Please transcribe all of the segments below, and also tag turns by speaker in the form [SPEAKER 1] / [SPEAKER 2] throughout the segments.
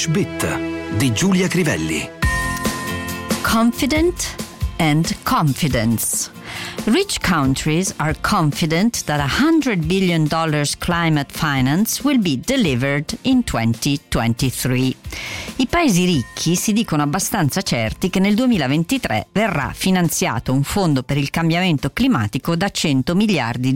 [SPEAKER 1] English Bit di Giulia Crivelli.
[SPEAKER 2] Confident and confidence. Rich countries are confident that $100 billion climate finance will be delivered in 2023. I paesi ricchi si dicono abbastanza certi che nel 2023 verrà finanziato un fondo per il cambiamento climatico da $100 miliardi,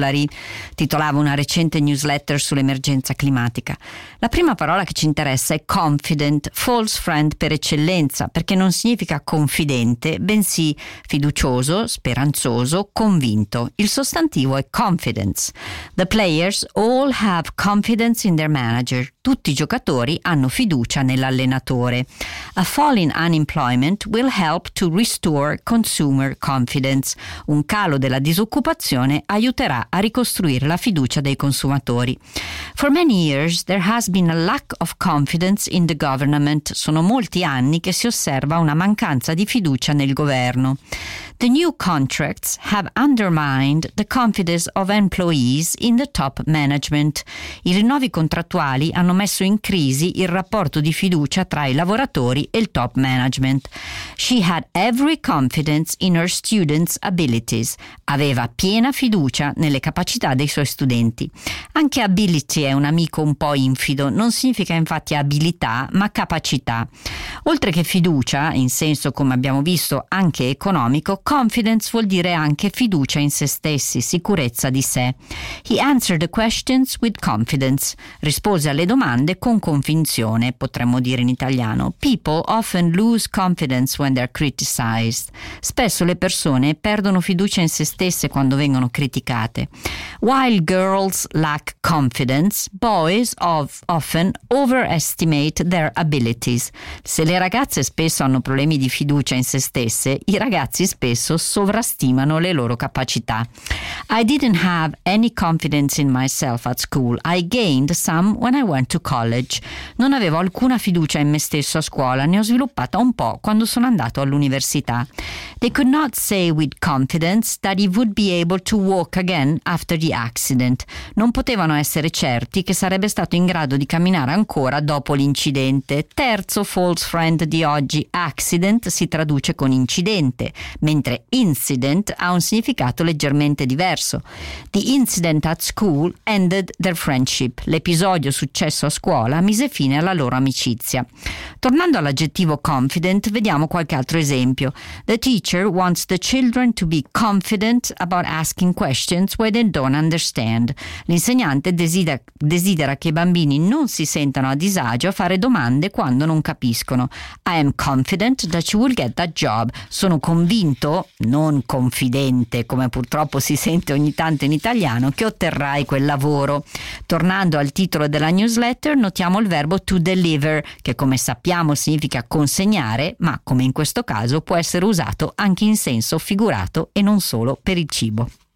[SPEAKER 2] titolava una recente newsletter sull'emergenza climatica. La prima parola che ci interessa è confident, false friend per eccellenza, perché non significa confidente, bensì fiducioso, speranzoso, convinto. Il sostantivo è confidence. The players all have confidence in their manager. Tutti i giocatori hanno fiducia nell'allenatore. A fall in unemployment will help to restore consumer confidence. Un calo della disoccupazione aiuterà a ricostruire la fiducia dei consumatori. For many years there has been a lack of confidence in the government. Sono molti anni che si osserva una mancanza di fiducia nel governo. The new contracts have undermined the confidence of employees in the top management. I rinnovi contrattuali hanno messo in crisi il rapporto di fiducia tra i lavoratori e il top management. She had every confidence in her students' abilities. Aveva piena fiducia nelle capacità dei suoi studenti. Anche ability è un amico un po' infido, non significa infatti abilità, ma capacità. Oltre che fiducia, in senso come abbiamo visto anche economico, confidence vuol dire anche fiducia in se stessi, sicurezza di sé. He answered the questions with confidence. Rispose alle domande con convinzione, potremmo dire in italiano. People often lose confidence when they're criticized. Spesso le persone perdono fiducia in se stesse quando vengono criticate. While girls lack confidence, boys often overestimate their abilities. Se le ragazze spesso hanno problemi di fiducia in se stesse, i ragazzi spesso sovrastimano le loro capacità. I didn't have any confidence in myself at school. I gained some when I went to college. Non avevo alcuna fiducia in me stesso a scuola, ne ho sviluppata un po' quando sono andato all'università. They could not say with confidence that he would be able to walk again after the accident. Non potevano essere certi che sarebbe stato in grado di camminare ancora dopo l'incidente. Terzo false friend di oggi. Accident si traduce con incidente, mentre incident ha un significato leggermente diverso. The incident at school ended their friendship. L'episodio successo a scuola mise fine alla loro amicizia. Tornando all'aggettivo confident, vediamo qualche altro esempio. The teacher wants the children to be confident about asking questions when they don't understand. L'insegnante desidera che i bambini non si sentano a disagio a fare domande quando non capiscono. I am confident that you will get that job. Sono convinto, non confidente, come purtroppo si sente ogni tanto in italiano, che otterrai quel lavoro. Tornando al titolo della newsletter, notiamo il verbo to deliver, che come sappiamo significa consegnare, ma come in questo caso può essere usato anche in senso figurato e non solo per il cibo.